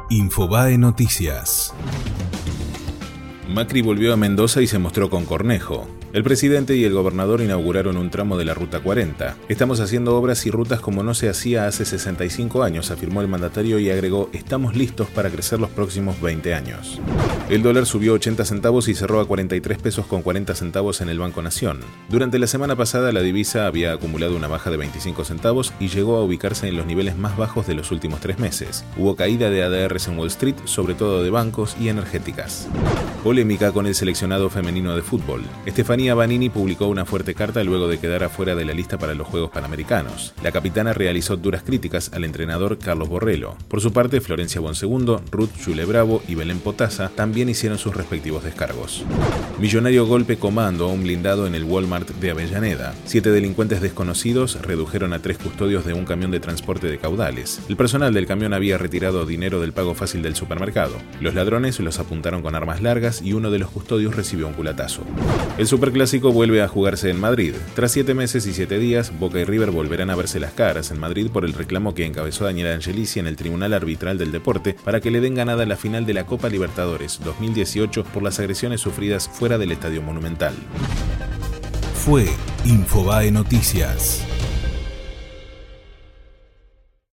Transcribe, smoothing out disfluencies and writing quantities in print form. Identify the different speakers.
Speaker 1: Infobae Noticias. Macri volvió a Mendoza y se mostró con Cornejo. El presidente y el gobernador inauguraron un tramo de la Ruta 40. Estamos haciendo obras y rutas como no se hacía hace 65 años, afirmó el mandatario y agregó, estamos listos para crecer los próximos 20 años. El dólar subió 80 centavos y cerró a 43 pesos con 40 centavos en el Banco Nación. Durante la semana pasada la divisa había acumulado una baja de 25 centavos y llegó a ubicarse en los niveles más bajos de los últimos 3 meses. Hubo caída de ADRs en Wall Street, sobre todo de bancos y energéticas. Polémica con el seleccionado femenino de fútbol. Estefanía Banini publicó una fuerte carta luego de quedar afuera de la lista para los Juegos Panamericanos. La capitana realizó duras críticas al entrenador Carlos Borrello. Por su parte, Florencia Bonsegundo, Ruth Yule Bravo y Belén Potasa también hicieron sus respectivos descargos. Millonario golpe comando a un blindado en el Walmart de Avellaneda. 7 delincuentes desconocidos redujeron a 3 custodios de un camión de transporte de caudales. El personal del camión había retirado dinero del pago fácil del supermercado. Los ladrones los apuntaron con armas largas y uno de los custodios recibió un culatazo. El Superclásico vuelve a jugarse en Madrid. Tras 7 meses y 7 días, Boca y River volverán a verse las caras en Madrid por el reclamo que encabezó Daniel Angelici en el Tribunal Arbitral del Deporte para que le den ganada la final de la Copa Libertadores 2018 por las agresiones sufridas fuera del Estadio Monumental. Fue Infobae Noticias.